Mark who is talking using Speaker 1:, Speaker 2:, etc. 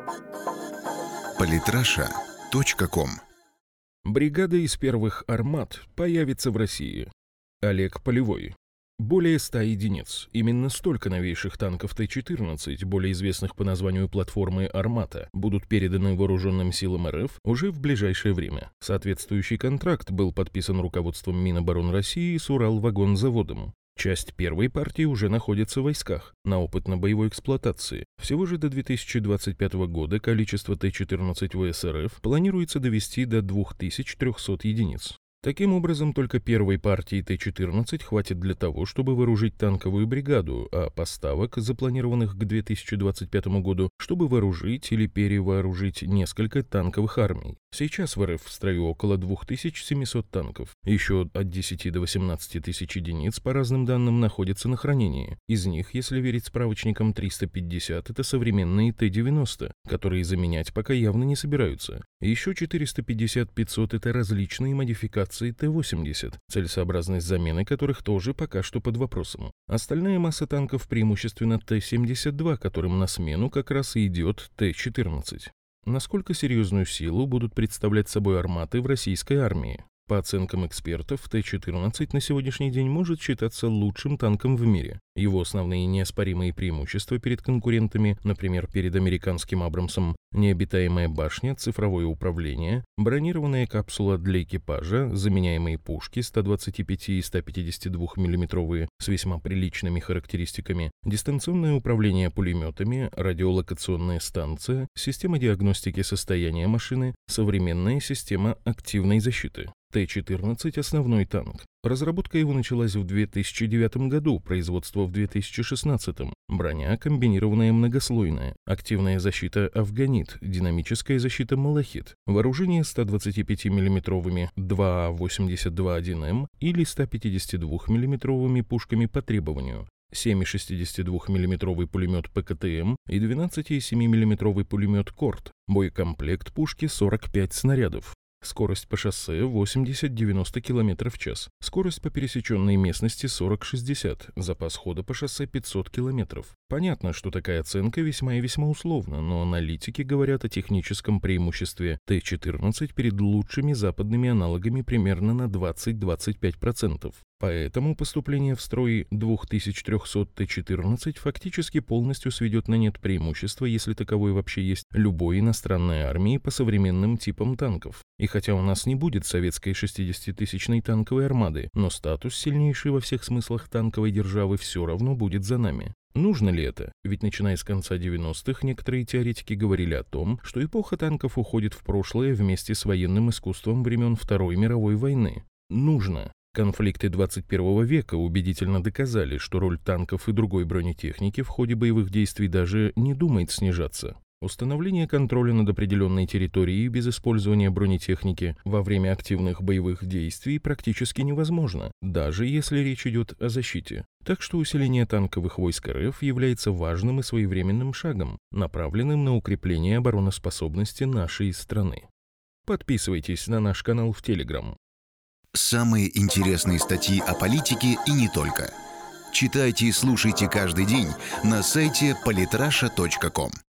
Speaker 1: Политраша.ком.
Speaker 2: Бригада из первых «Армат» появится в России. Олег Полевой. Более 100 единиц. Именно столько новейших танков Т-14, более известных по названию платформы «Армата», будут переданы вооруженным силам РФ уже в ближайшее время. Соответствующий контракт был подписан руководством Минобороны России с Уралвагонзаводом. Часть первой партии уже находится в войсках, на опытно-боевой эксплуатации. Всего же до 2025 года количество Т-14 ВС РФ планируется довести до 2300 единиц. Таким образом, только первой партии Т-14 хватит для того, чтобы вооружить танковую бригаду, а поставок, запланированных к 2025 году, чтобы вооружить или перевооружить несколько танковых армий. Сейчас в РФ в строю около 2700 танков. Еще от 10 до 18 тысяч единиц, по разным данным, находятся на хранении. Из них, если верить справочникам, 350 – это современные Т-90, которые заменять пока явно не собираются. Еще 450-500 – это различные модификации Т-80, целесообразность замены которых тоже пока что под вопросом. Остальная масса танков преимущественно Т-72, которым на смену как раз и идет Т-14. Насколько серьезную силу будут представлять собой «Арматы» в российской армии? По оценкам экспертов, Т-14 на сегодняшний день может считаться лучшим танком в мире. Его основные неоспоримые преимущества перед конкурентами, например, перед американским «Абрамсом», необитаемая башня, цифровое управление, бронированная капсула для экипажа, заменяемые пушки 125 и 152 мм с весьма приличными характеристиками, дистанционное управление пулеметами, радиолокационная станция, система диагностики состояния машины, современная система активной защиты. Т-14 – основной танк. Разработка его началась в 2009 году, производство в 2016. Броня комбинированная многослойная, активная защита «Афганит», динамическая защита «Малахит», вооружение 125 мм 2,82-1М или 152 мм пушками по требованию, 7,62 мм пулемет ПКТМ и 12,7 мм пулемет КОРТ, боекомплект пушки 45 снарядов. Скорость по шоссе 80-90 км в час. Скорость по пересеченной местности 40-60. Запас хода по шоссе 500 км. Понятно, что такая оценка весьма и весьма условна, но аналитики говорят о техническом преимуществе Т-14 перед лучшими западными аналогами примерно на 20-25%. Поэтому поступление в строй 2300 Т-14 фактически полностью сведет на нет преимущество, если таковое вообще есть, любой иностранной армии по современным типам танков. И хотя у нас не будет советской 60-тысячной танковой армады, но статус сильнейшей во всех смыслах танковой державы все равно будет за нами. Нужно ли это? Ведь начиная с конца 90-х некоторые теоретики говорили о том, что эпоха танков уходит в прошлое вместе с военным искусством времен Второй мировой войны. Нужно. Конфликты 21 века убедительно доказали, что роль танков и другой бронетехники в ходе боевых действий даже не думает снижаться. Установление контроля над определенной территорией без использования бронетехники во время активных боевых действий практически невозможно, даже если речь идет о защите. Так что усиление танковых войск РФ является важным и своевременным шагом, направленным на укрепление обороноспособности нашей страны. Подписывайтесь на наш канал в Telegram.
Speaker 1: Самые интересные статьи о политике и не только. Читайте и слушайте каждый день на сайте politrasha.com.